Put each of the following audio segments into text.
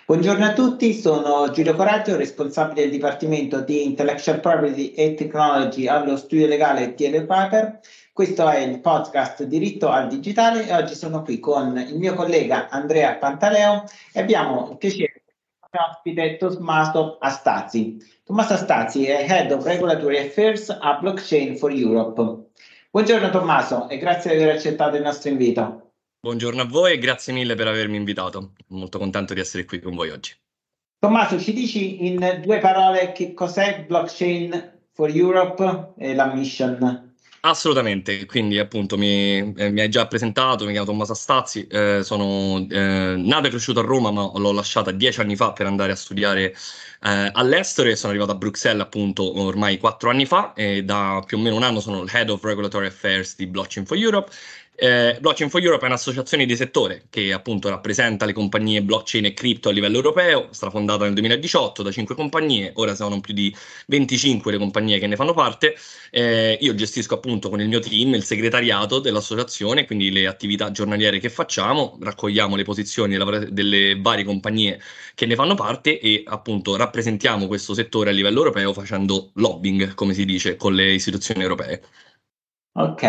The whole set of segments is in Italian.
Buongiorno a tutti, sono Giulio Coraggio, responsabile del Dipartimento di Intellectual Property e Technology allo studio legale TL Paper. Questo è il podcast Diritto al Digitale e oggi sono qui con il mio collega Andrea Pantaleo e abbiamo il piacere di ospite Tommaso Astazzi. Tommaso Astazzi è Head of Regulatory Affairs a Blockchain for Europe. Buongiorno Tommaso e grazie di aver accettato il nostro invito. Buongiorno a voi e grazie mille per avermi invitato. Molto contento di essere qui con voi oggi. Tommaso, ci dici in due parole che cos'è Blockchain for Europe e la mission? Assolutamente, quindi appunto mi hai già presentato, mi chiamo Tommaso Astazzi, sono nato e cresciuto a Roma, ma l'ho lasciata 10 anni fa per andare a studiare all'estero e sono arrivato a Bruxelles appunto ormai 4 anni fa e da più o meno un anno sono il Head of Regulatory Affairs di Blockchain for Europe. Blockchain for Europe è un'associazione di settore che appunto rappresenta le compagnie blockchain e cripto a livello europeo, è stata fondata nel 2018 da 5 compagnie, ora sono più di 25 le compagnie che ne fanno parte. Io gestisco appunto con il mio team il segretariato dell'associazione, quindi le attività giornaliere che facciamo, raccogliamo le posizioni delle varie compagnie che ne fanno parte e appunto rappresentiamo questo settore a livello europeo facendo lobbying, come si dice, con le istituzioni europee. Ok,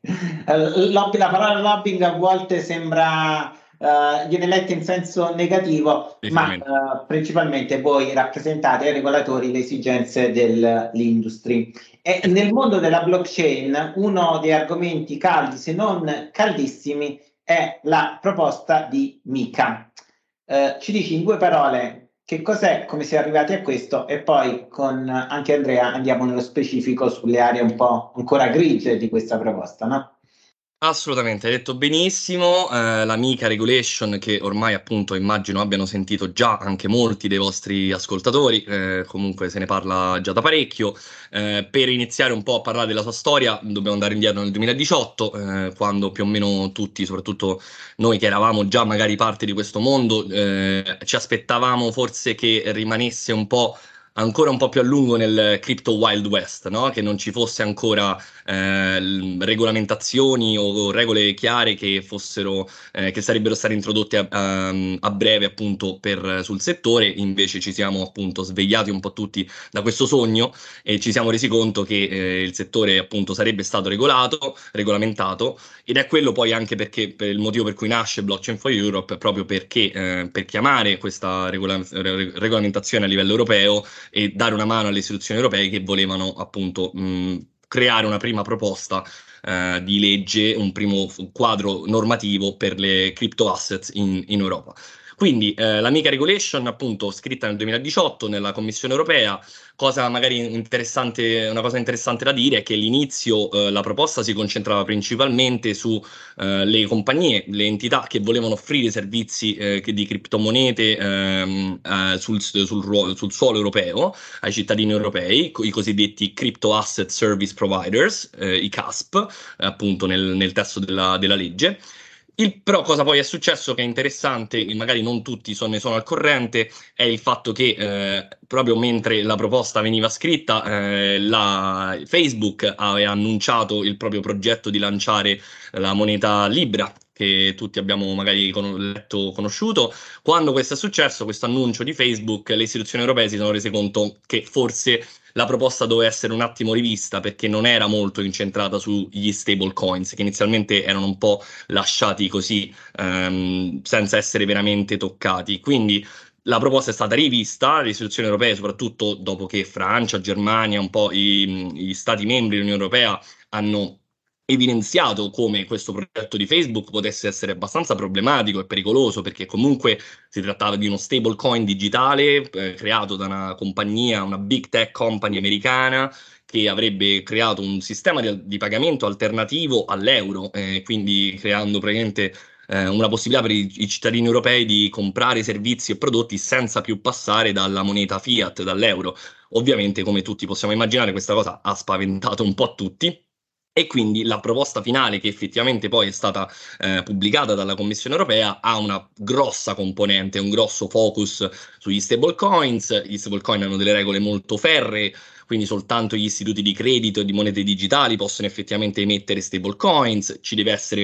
la parola lobbying a volte sembra, viene letta in senso negativo, ma principalmente voi rappresentate ai regolatori le esigenze dell'industria. E nel mondo della blockchain uno dei argomenti caldi, se non caldissimi, è la proposta di MiCA. Ci dici in due parole che cos'è, come si è arrivati a questo e poi con anche Andrea andiamo nello specifico sulle aree un po' ancora grigie di questa proposta, no? Assolutamente, hai detto benissimo, la MiCA Regulation che ormai appunto immagino abbiano sentito già anche molti dei vostri ascoltatori, comunque se ne parla già da parecchio. Per iniziare un po' a parlare della sua storia dobbiamo andare indietro nel 2018, quando più o meno tutti, soprattutto noi che eravamo già magari parte di questo mondo, ci aspettavamo forse che rimanesse ancora un po' più a lungo nel crypto Wild West, no? Che non ci fosse ancora regolamentazioni o regole chiare che fossero, che sarebbero state introdotte a breve appunto sul settore. Invece ci siamo appunto svegliati un po' tutti da questo sogno e ci siamo resi conto che il settore appunto sarebbe stato regolamentato ed è quello poi anche perché per il motivo per cui nasce Blockchain for Europe, proprio perché per chiamare questa regolamentazione a livello europeo e dare una mano alle istituzioni europee che volevano appunto creare una prima proposta di legge, un primo quadro normativo per le crypto assets in Europa. Quindi la MiCA Regulation, appunto, scritta nel 2018 nella Commissione europea, una cosa interessante da dire è che all'inizio la proposta si concentrava principalmente su le compagnie, le entità che volevano offrire servizi di criptomonete sul suolo europeo ai cittadini europei, i cosiddetti Crypto Asset Service Providers, i CASP, appunto nel testo della legge. Però cosa poi è successo che è interessante, e magari non tutti ne sono al corrente, è il fatto che proprio mentre la proposta veniva scritta, Facebook aveva annunciato il proprio progetto di lanciare la moneta Libra, che tutti abbiamo magari letto, conosciuto. Quando questo è successo, questo annuncio di Facebook, le istituzioni europee si sono rese conto che forse la proposta doveva essere un attimo rivista perché non era molto incentrata sugli stable coins, che inizialmente erano un po' lasciati così, senza essere veramente toccati. Quindi la proposta è stata rivista, le istituzioni europee, soprattutto dopo che Francia, Germania, un po' gli stati membri dell'Unione Europea hanno evidenziato come questo progetto di Facebook potesse essere abbastanza problematico e pericoloso, perché comunque si trattava di uno stablecoin digitale creato da una compagnia, una big tech company americana, che avrebbe creato un sistema di pagamento alternativo all'euro, quindi creando praticamente una possibilità per i cittadini europei di comprare servizi e prodotti senza più passare dalla moneta fiat, dall'euro. Ovviamente, come tutti possiamo immaginare, questa cosa ha spaventato un po' tutti. E quindi la proposta finale, che effettivamente poi è stata pubblicata dalla Commissione europea, ha una grossa componente, un grosso focus sugli stablecoins. Gli stablecoin hanno delle regole molto ferree, quindi soltanto gli istituti di credito e di monete digitali possono effettivamente emettere stablecoins. Ci deve essere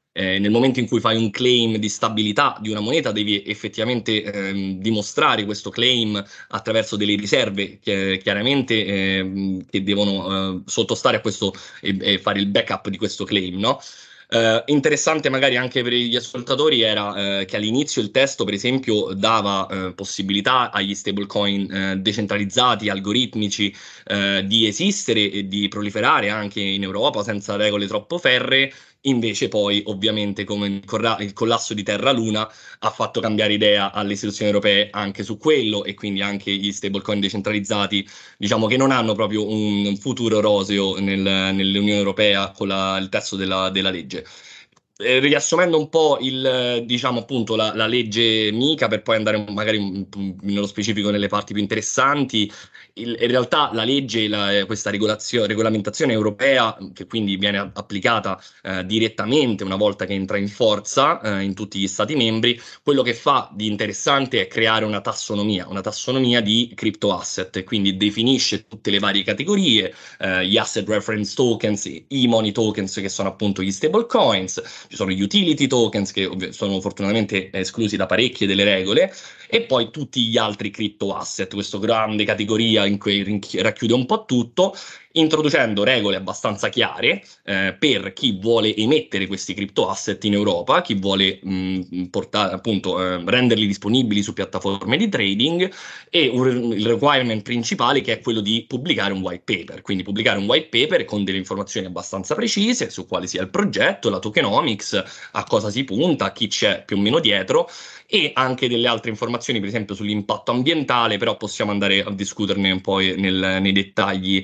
Nel momento in cui fai un claim di stabilità di una moneta, devi effettivamente dimostrare questo claim attraverso delle riserve chiaramente che devono sottostare a questo e fare il backup di questo claim, no? Interessante magari anche per gli ascoltatori era che all'inizio il testo, per esempio, dava possibilità agli stablecoin decentralizzati, algoritmici, di esistere e di proliferare anche in Europa senza regole troppo ferree. Invece poi, ovviamente, come il collasso di Terra Luna ha fatto cambiare idea alle istituzioni europee anche su quello, e quindi anche gli stablecoin decentralizzati, diciamo che non hanno proprio un futuro roseo nell'Unione Europea con il testo della legge. Riassumendo un po' diciamo appunto la legge MiCA, per poi andare magari nello specifico nelle parti più interessanti, in realtà la legge, questa regolamentazione europea, che quindi viene applicata direttamente una volta che entra in forza in tutti gli Stati membri, quello che fa di interessante è creare una tassonomia di crypto asset, quindi definisce tutte le varie categorie, gli asset reference tokens, i money tokens che sono appunto gli stable coins, ci sono gli utility tokens che sono fortunatamente esclusi da parecchie delle regole, e poi tutti gli altri crypto asset, questa grande categoria in cui racchiude un po' tutto, introducendo regole abbastanza chiare per chi vuole emettere questi crypto asset in Europa, chi vuole portare, appunto, renderli disponibili su piattaforme di trading, e il requirement principale che è quello di pubblicare un white paper, quindi pubblicare un white paper con delle informazioni abbastanza precise su quale sia il progetto, la tokenomics, a cosa si punta, a chi c'è più o meno dietro, e anche delle altre informazioni, per esempio sull'impatto ambientale, però possiamo andare a discuterne un po' nei dettagli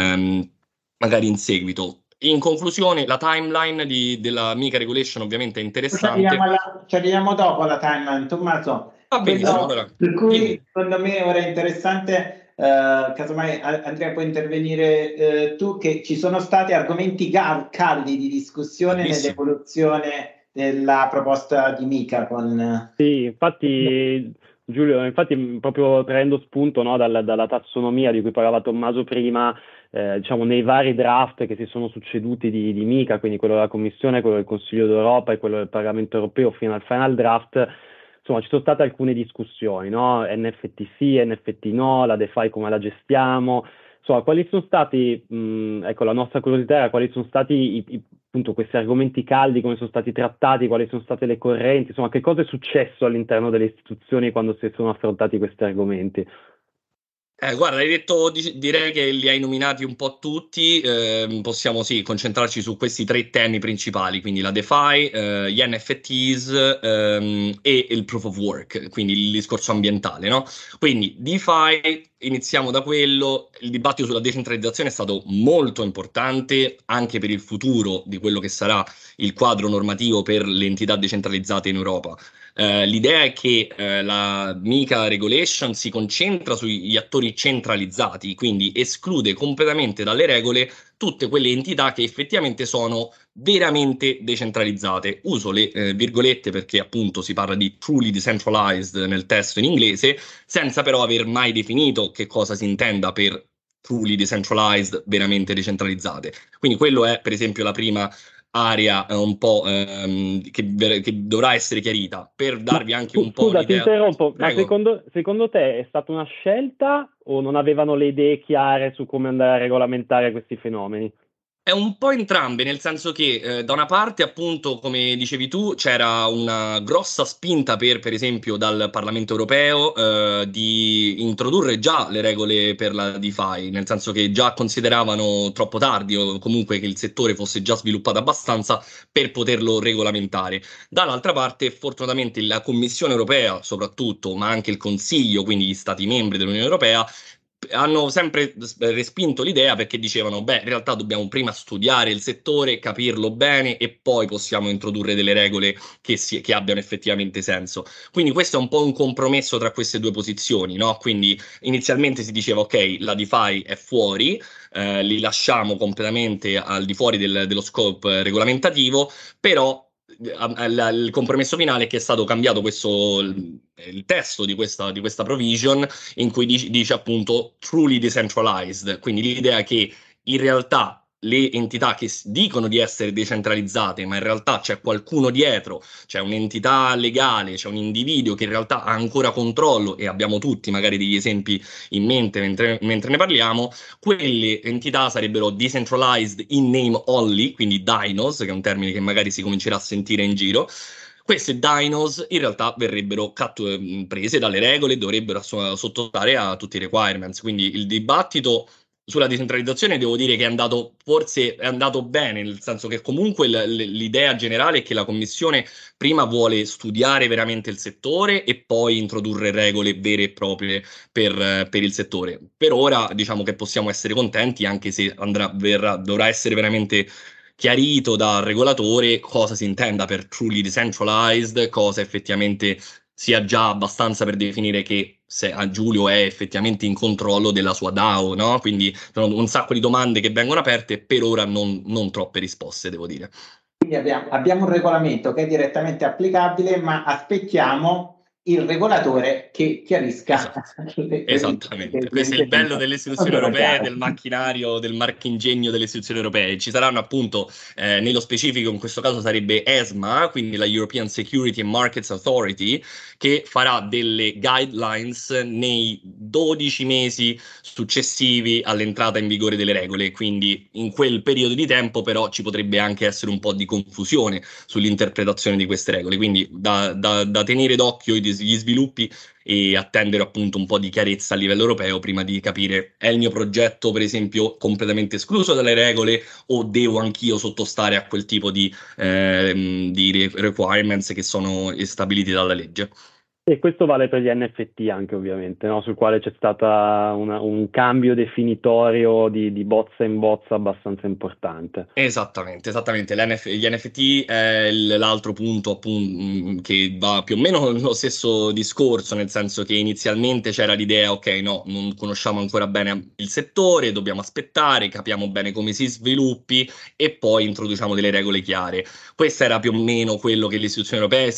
magari in seguito. In conclusione, la timeline della MiCA Regulation ovviamente è interessante. Ci arriviamo dopo alla timeline, Tommaso. Va benissimo, Quello allora. per cui Dimmi. secondo me ora è interessante, casomai Andrea puoi intervenire tu, che ci sono stati argomenti caldi di discussione Bellissimo. nell'evoluzione della proposta di MiCA con... Sì, infatti Giulio, proprio prendendo spunto, no, dalla tassonomia di cui parlava Tommaso prima, diciamo nei vari draft che si sono succeduti di MiCA, quindi quello della Commissione, quello del Consiglio d'Europa e quello del Parlamento Europeo fino al final draft, insomma ci sono state alcune discussioni, no? NFT sì, NFT no, la DeFi come la gestiamo, insomma quali sono stati, ecco la nostra curiosità era quali sono stati appunto questi argomenti caldi, come sono stati trattati, quali sono state le correnti, insomma che cosa è successo all'interno delle istituzioni quando si sono affrontati questi argomenti. Guarda, hai detto, direi che li hai nominati un po' tutti, possiamo sì concentrarci su questi tre temi principali, quindi la DeFi, gli NFTs e il Proof of Work, quindi il discorso ambientale, no? Quindi DeFi, iniziamo da quello, il dibattito sulla decentralizzazione è stato molto importante anche per il futuro di quello che sarà il quadro normativo per le entità decentralizzate in Europa. L'idea è che la MiCA Regulation si concentra sugli attori centralizzati, quindi esclude completamente dalle regole tutte quelle entità che effettivamente sono veramente decentralizzate. Uso le virgolette perché appunto si parla di truly decentralized nel testo in inglese, senza però aver mai definito che cosa si intenda per truly decentralized, veramente decentralizzate. Quindi quello è per esempio la prima area un po' che dovrà essere chiarita per darvi anche un po' Scusa, ti l'idea. interrompo, Prego. ma secondo te è stata una scelta o non avevano le idee chiare su come andare a regolamentare questi fenomeni? È un po' entrambe, nel senso che da una parte, appunto, come dicevi tu, c'era una grossa spinta per esempio, dal Parlamento europeo di introdurre già le regole per la DeFi, nel senso che già consideravano troppo tardi o comunque che il settore fosse già sviluppato abbastanza per poterlo regolamentare. Dall'altra parte, fortunatamente, la Commissione europea, soprattutto, ma anche il Consiglio, quindi gli Stati membri dell'Unione Europea, hanno sempre respinto l'idea perché dicevano, beh, in realtà dobbiamo prima studiare il settore, capirlo bene e poi possiamo introdurre delle regole che abbiano effettivamente senso. Quindi questo è un po' un compromesso tra queste due posizioni, no? Quindi inizialmente si diceva, ok, la DeFi è fuori, li lasciamo completamente al di fuori dello scope regolamentativo, però il compromesso finale è che è stato cambiato il testo di questa provision in cui dice appunto truly decentralized, quindi l'idea che in realtà le entità che dicono di essere decentralizzate, ma in realtà c'è qualcuno dietro, c'è un'entità legale, c'è un individuo che in realtà ha ancora controllo, e abbiamo tutti magari degli esempi in mente mentre ne parliamo, quelle entità sarebbero decentralized in name only, quindi DINOS, che è un termine che magari si comincerà a sentire in giro. Queste DINOS in realtà verrebbero prese dalle regole e dovrebbero sottostare a tutti i requirements. Quindi il dibattito sulla decentralizzazione devo dire che forse è andato bene, nel senso che comunque l'idea generale è che la Commissione prima vuole studiare veramente il settore e poi introdurre regole vere e proprie per il settore. Per ora diciamo che possiamo essere contenti, anche se dovrà essere veramente chiarito dal regolatore cosa si intenda per truly decentralized, cosa effettivamente sia già abbastanza per definire che se a Giulio è effettivamente in controllo della sua DAO, no? Quindi sono un sacco di domande che vengono aperte, per ora non troppe risposte, devo dire. Quindi abbiamo un regolamento che è direttamente applicabile, ma aspettiamo il regolatore che chiarisca. Esattamente, questo è il bello delle istituzioni europee, del macchinario, del marchingegno delle istituzioni europee. Ci saranno appunto, nello specifico in questo caso sarebbe ESMA, quindi la European Security and Markets Authority, che farà delle guidelines nei 12 mesi successivi all'entrata in vigore delle regole, quindi in quel periodo di tempo però ci potrebbe anche essere un po' di confusione sull'interpretazione di queste regole, quindi da tenere d'occhio gli sviluppi e attendere appunto un po' di chiarezza a livello europeo prima di capire: è il mio progetto per esempio completamente escluso dalle regole o devo anch'io sottostare a quel tipo di requirements che sono stabiliti dalla legge. E questo vale per gli NFT anche, ovviamente, no? Sul quale c'è stato un cambio definitorio di bozza in bozza abbastanza importante. Esattamente. Gli NFT è l'altro punto appunto, che va più o meno nello stesso discorso, nel senso che inizialmente c'era l'idea, ok, no, non conosciamo ancora bene il settore, dobbiamo aspettare, capiamo bene come si sviluppi e poi introduciamo delle regole chiare. Questo era più o meno quello che le istituzioni europee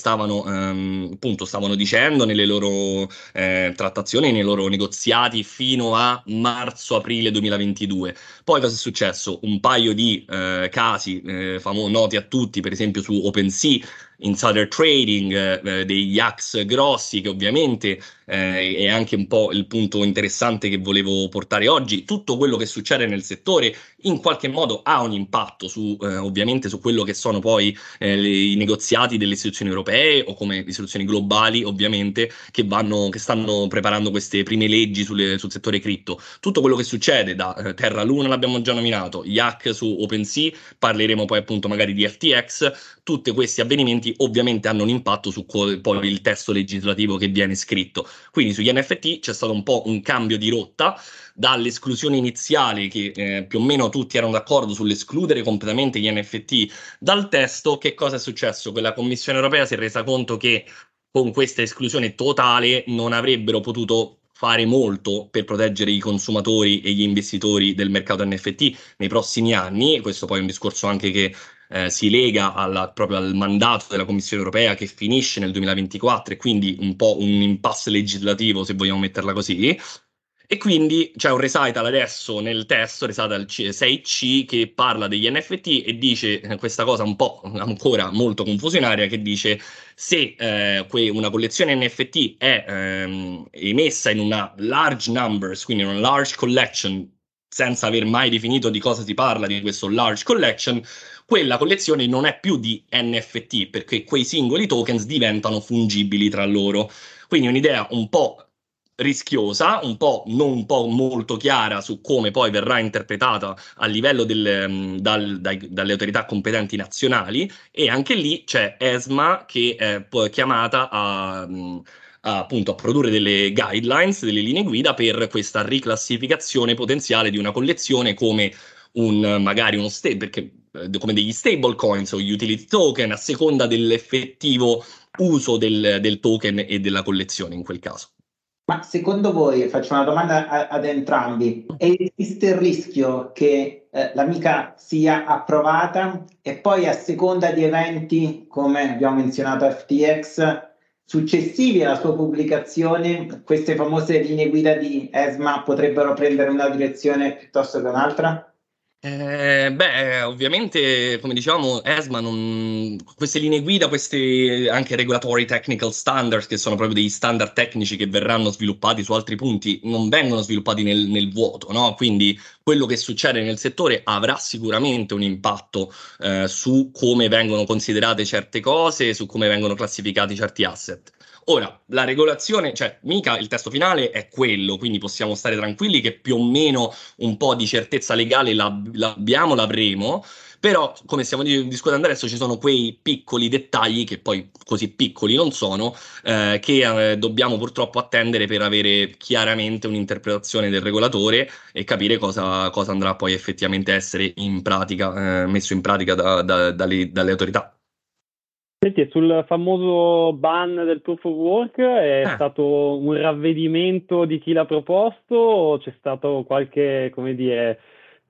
stavano dicendo nelle loro trattazioni, nei loro negoziati fino a marzo-aprile 2022. Poi cosa è successo? Un paio di casi noti a tutti, per esempio su OpenSea, insider trading, degli hacks grossi, che ovviamente è anche un po' il punto interessante che volevo portare oggi. Tutto quello che succede nel settore in qualche modo ha un impatto ovviamente su quello che sono poi i negoziati delle istituzioni europee, o come istituzioni globali ovviamente, che stanno preparando queste prime leggi sul settore cripto. Tutto quello che succede da Terra Luna l'abbiamo già nominato, gli hack su OpenSea, parleremo poi appunto magari di FTX. Tutti questi avvenimenti ovviamente hanno un impatto su poi il testo legislativo che viene scritto. Quindi sugli NFT c'è stato un po' un cambio di rotta dall'esclusione iniziale, che più o meno tutti erano d'accordo sull'escludere completamente gli NFT dal testo. Che cosa è successo? Che la Commissione europea si è resa conto che con questa esclusione totale non avrebbero potuto fare molto per proteggere i consumatori e gli investitori del mercato NFT nei prossimi anni. Questo poi è un discorso anche che si lega proprio al mandato della Commissione europea, che finisce nel 2024, e quindi un po' un impasse legislativo, se vogliamo metterla così. E quindi c'è un recital adesso nel testo, recital 6C, che parla degli NFT e dice questa cosa un po' ancora molto confusionaria, che dice: se una collezione NFT è emessa in una large numbers, quindi in una large collection, senza aver mai definito di cosa si parla di questo large collection, quella collezione non è più di NFT, perché quei singoli tokens diventano fungibili tra loro. Quindi un'idea un po' rischiosa, un po' molto chiara su come poi verrà interpretata a livello dalle autorità competenti nazionali, e anche lì c'è ESMA che è poi chiamata appunto a produrre delle guidelines, delle linee guida per questa riclassificazione potenziale di una collezione come magari come degli stable coins o utility token, a seconda dell'effettivo uso del token e della collezione in quel caso. Ma secondo voi, faccio una domanda ad entrambi, esiste il rischio che l'amica sia approvata e poi, a seconda di eventi, come abbiamo menzionato FTX, successivi alla sua pubblicazione, queste famose linee guida di ESMA potrebbero prendere una direzione piuttosto che un'altra? Ovviamente, come dicevamo, ESMA, queste linee guida, queste anche regulatory technical standards, che sono proprio degli standard tecnici che verranno sviluppati su altri punti, non vengono sviluppati nel vuoto, no? Quindi quello che succede nel settore avrà sicuramente un impatto su come vengono considerate certe cose, su come vengono classificati certi asset. Ora, la regolazione, cioè mica il testo finale è quello, quindi possiamo stare tranquilli che più o meno un po' di certezza legale l'abbiamo, l'avremo, però come stiamo discutendo adesso ci sono quei piccoli dettagli che poi così piccoli non sono, che dobbiamo purtroppo attendere per avere chiaramente un'interpretazione del regolatore e capire cosa andrà poi effettivamente a essere in pratica, messo in pratica dalle autorità. Senti, e sul famoso ban del proof of work è Eh. stato un ravvedimento di chi l'ha proposto o c'è stato qualche, come dire,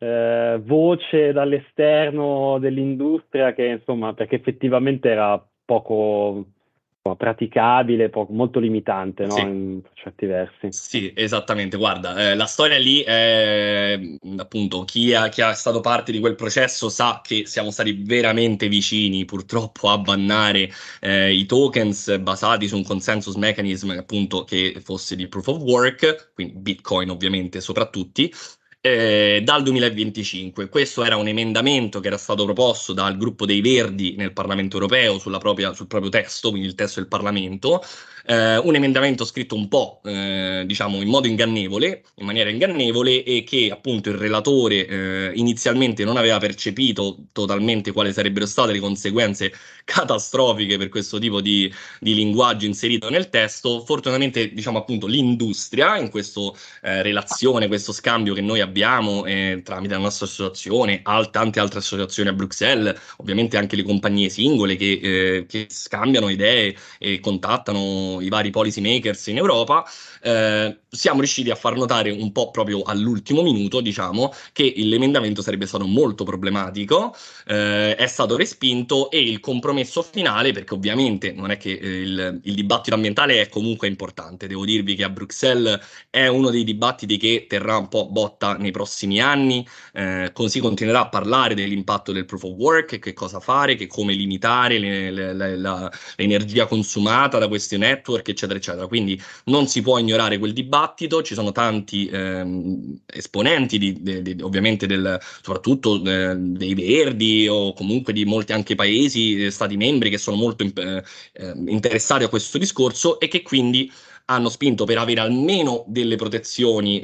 voce dall'esterno dell'industria che, insomma, perché effettivamente era poco praticabile, molto limitante, no? Sì. Per certi versi. Sì, esattamente. Guarda, la storia lì è appunto chi è stato parte di quel processo sa che siamo stati veramente vicini, purtroppo, a bannare i tokens basati su un consensus mechanism, appunto, che fosse di proof of work, quindi Bitcoin ovviamente soprattutto. Dal 2025. Questo era un emendamento che era stato proposto dal gruppo dei Verdi nel Parlamento europeo sul proprio testo, quindi il testo del Parlamento. Un emendamento scritto un po', diciamo, in modo ingannevole, in maniera ingannevole, e che appunto il relatore inizialmente non aveva percepito totalmente quali sarebbero state le conseguenze catastrofiche per questo tipo di linguaggio inserito nel testo. Fortunatamente, diciamo appunto, l'industria in questa relazione, questo scambio che noi abbiamo tramite la nostra associazione, tante altre associazioni a Bruxelles, ovviamente anche le compagnie singole che scambiano idee e contattano i vari policy makers in Europa, siamo riusciti a far notare un po' proprio all'ultimo minuto, diciamo, che l'emendamento sarebbe stato molto problematico, è stato respinto e il compromesso finale, perché ovviamente non è che il dibattito ambientale è comunque importante, devo dirvi che a Bruxelles è uno dei dibattiti che terrà un po' botta nei prossimi anni, così continuerà a parlare dell'impatto del proof of work, che cosa fare, che come limitare l'energia consumata da questi network, eccetera, eccetera. Quindi non si può ignorare quel dibattito, ci sono tanti esponenti ovviamente soprattutto dei Verdi o comunque di molti anche paesi, stati membri che sono molto interessati a questo discorso e che quindi hanno spinto per avere almeno delle protezioni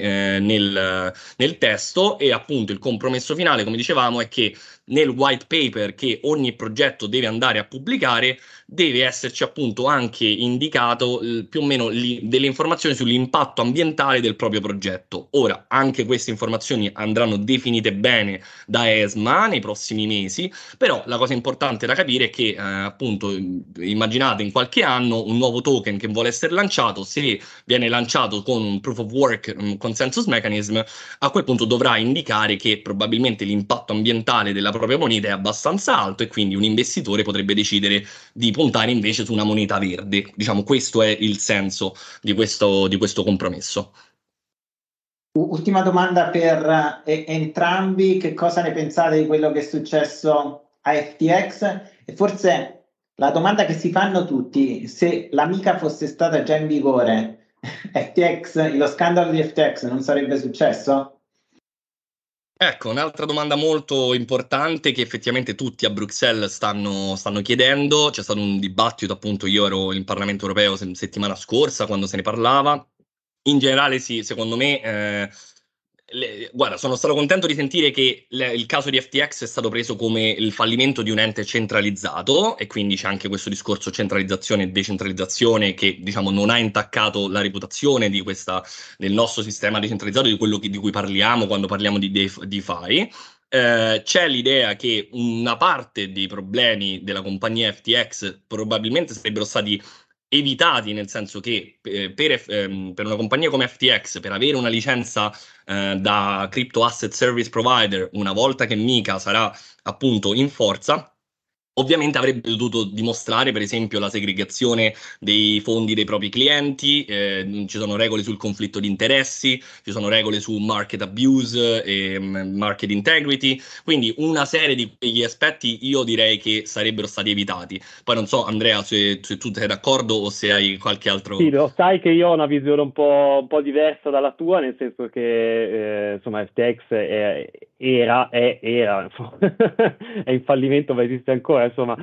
nel testo, e appunto il compromesso finale, come dicevamo, è che nel white paper che ogni progetto deve andare a pubblicare deve esserci appunto anche indicato più o meno delle informazioni sull'impatto ambientale del proprio progetto. Ora, anche queste informazioni andranno definite bene da ESMA nei prossimi mesi, però la cosa importante da capire è che appunto immaginate in qualche anno un nuovo token che vuole essere lanciato, se viene lanciato con un proof of work, un consensus mechanism, a quel punto dovrà indicare che probabilmente l'impatto ambientale della propria moneta è abbastanza alto e quindi un investitore potrebbe decidere di puntare invece su una moneta verde. Diciamo, questo è il senso di questo compromesso. Ultima domanda per entrambi: che cosa ne pensate di quello che è successo a FTX? E forse la domanda che si fanno tutti: se l'amica fosse stata già in vigore, FTX, lo scandalo di FTX non sarebbe successo? Ecco, un'altra domanda molto importante che effettivamente tutti a Bruxelles stanno chiedendo. C'è stato un dibattito, appunto, io ero in Parlamento europeo settimana scorsa quando se ne parlava. In generale, sì, secondo me, guarda, sono stato contento di sentire che il caso di FTX è stato preso come il fallimento di un ente centralizzato, e quindi c'è anche questo discorso centralizzazione e decentralizzazione che, diciamo, non ha intaccato la reputazione del nostro sistema decentralizzato, di quello di cui parliamo quando parliamo di DeFi. C'è l'idea che una parte dei problemi della compagnia FTX probabilmente sarebbero stati evitati, nel senso che per una compagnia come FTX, per avere una licenza da Crypto Asset Service Provider, una volta che MiCA sarà appunto in forza, Ovviamente avrebbe dovuto dimostrare, per esempio, la segregazione dei fondi dei propri clienti, ci sono regole sul conflitto di interessi, ci sono regole su market abuse e market integrity, quindi una serie di quegli aspetti io direi che sarebbero stati evitati. Poi non so, Andrea, se tu sei d'accordo o se hai qualche altro... Sì, lo sai che io ho una visione un po' diversa dalla tua, nel senso che insomma FTX era, insomma, è in fallimento, ma esiste ancora, insomma,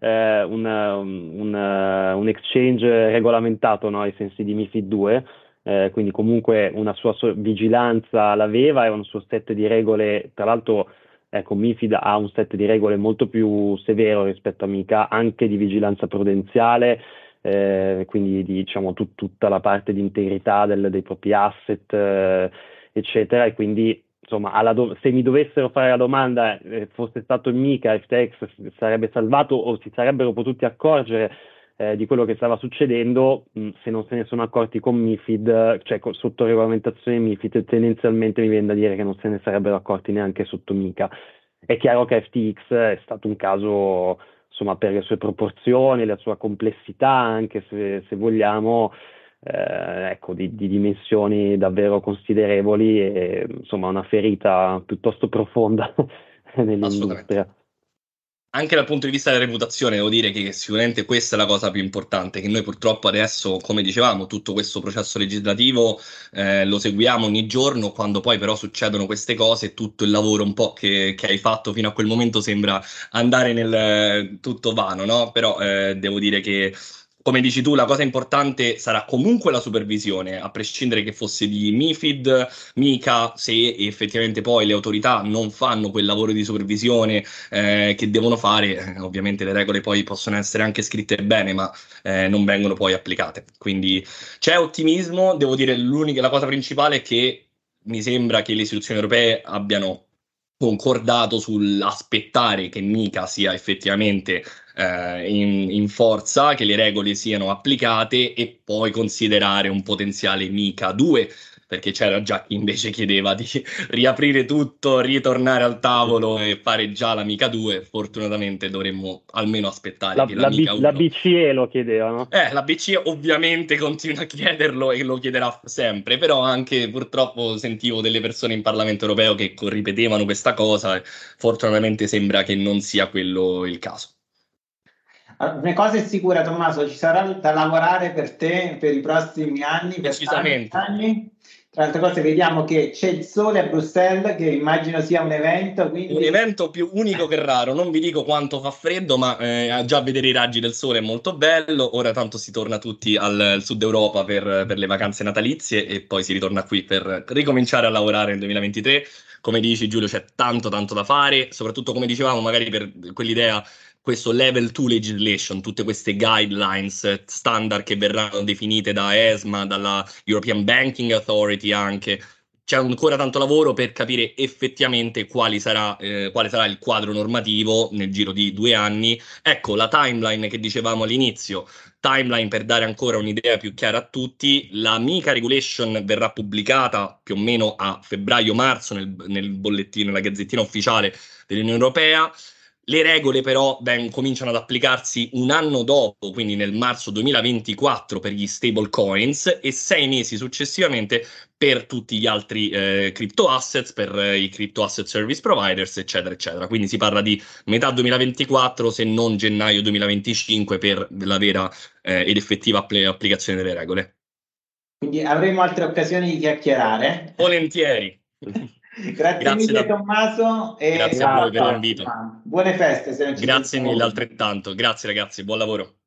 un exchange regolamentato, no, ai sensi di MiFID 2, quindi comunque una sua vigilanza l'aveva e un suo set di regole, tra l'altro. Ecco, MiFID ha un set di regole molto più severo rispetto a MiCA, anche di vigilanza prudenziale, quindi diciamo tutta la parte di integrità dei propri asset, eccetera, e quindi insomma se mi dovessero fare la domanda, fosse stato il MiCA, FTX sarebbe salvato o si sarebbero potuti accorgere di quello che stava succedendo, se non se ne sono accorti con MiFID, cioè sotto regolamentazione MiFID, tendenzialmente mi viene da dire che non se ne sarebbero accorti neanche sotto MiCA. È chiaro che FTX è stato un caso, insomma, per le sue proporzioni, la sua complessità, anche se vogliamo, ecco, di dimensioni davvero considerevoli e insomma una ferita piuttosto profonda nell'industria. Anche dal punto di vista della reputazione, devo dire che sicuramente questa è la cosa più importante, che noi purtroppo adesso, come dicevamo, tutto questo processo legislativo lo seguiamo ogni giorno, quando poi però succedono queste cose, tutto il lavoro un po' che hai fatto fino a quel momento sembra andare nel tutto vano, no? Però devo dire che, come dici tu, la cosa importante sarà comunque la supervisione, a prescindere che fosse di MiFID, MiCA, se effettivamente poi le autorità non fanno quel lavoro di supervisione che devono fare, ovviamente le regole poi possono essere anche scritte bene, ma non vengono poi applicate. Quindi c'è ottimismo, devo dire, la cosa principale è che mi sembra che le istituzioni europee abbiano concordato sull'aspettare che MiCA sia effettivamente in forza, che le regole siano applicate e poi considerare un potenziale MiCA 2, perché c'era già chi invece chiedeva di riaprire tutto, ritornare al tavolo e fare già l'Amica 2. Fortunatamente dovremmo almeno aspettare che l'Amica 1... La BCE lo chiedevano. La BCE ovviamente continua a chiederlo e lo chiederà sempre, però anche purtroppo sentivo delle persone in Parlamento europeo che ripetevano questa cosa e fortunatamente sembra che non sia quello il caso. Una cosa è sicura, Tommaso, ci sarà da lavorare per te per i prossimi anni, per tanti anni. Tra le altre cose vediamo che c'è il sole a Bruxelles, che immagino sia un evento. Quindi... Un evento più unico che raro, non vi dico quanto fa freddo, ma già vedere i raggi del sole è molto bello. Ora tanto si torna tutti al sud Europa per le vacanze natalizie e poi si ritorna qui per ricominciare a lavorare nel 2023. Come dici Giulio, c'è tanto da fare, soprattutto come dicevamo, magari per quell'idea, questo level 2 legislation, tutte queste guidelines standard che verranno definite da ESMA, dalla European Banking Authority anche. C'è ancora tanto lavoro per capire effettivamente quale sarà il quadro normativo nel giro di 2 anni. Ecco, la timeline che dicevamo all'inizio, timeline per dare ancora un'idea più chiara a tutti. La MiCA Regulation verrà pubblicata più o meno a febbraio-marzo nel bollettino, nella gazzettina ufficiale dell'Unione Europea. Le regole però cominciano ad applicarsi un anno dopo, quindi nel marzo 2024 per gli stable coins e 6 mesi successivamente per tutti gli altri crypto assets, per i crypto asset service providers, eccetera, eccetera. Quindi si parla di metà 2024, se non gennaio 2025, per la vera ed effettiva applicazione delle regole. Quindi avremo altre occasioni di chiacchierare. Volentieri. Grazie mille Tommaso. Grazie a voi per l'invito. Buone feste. Se non ci Grazie mille altrettanto. Grazie ragazzi, buon lavoro.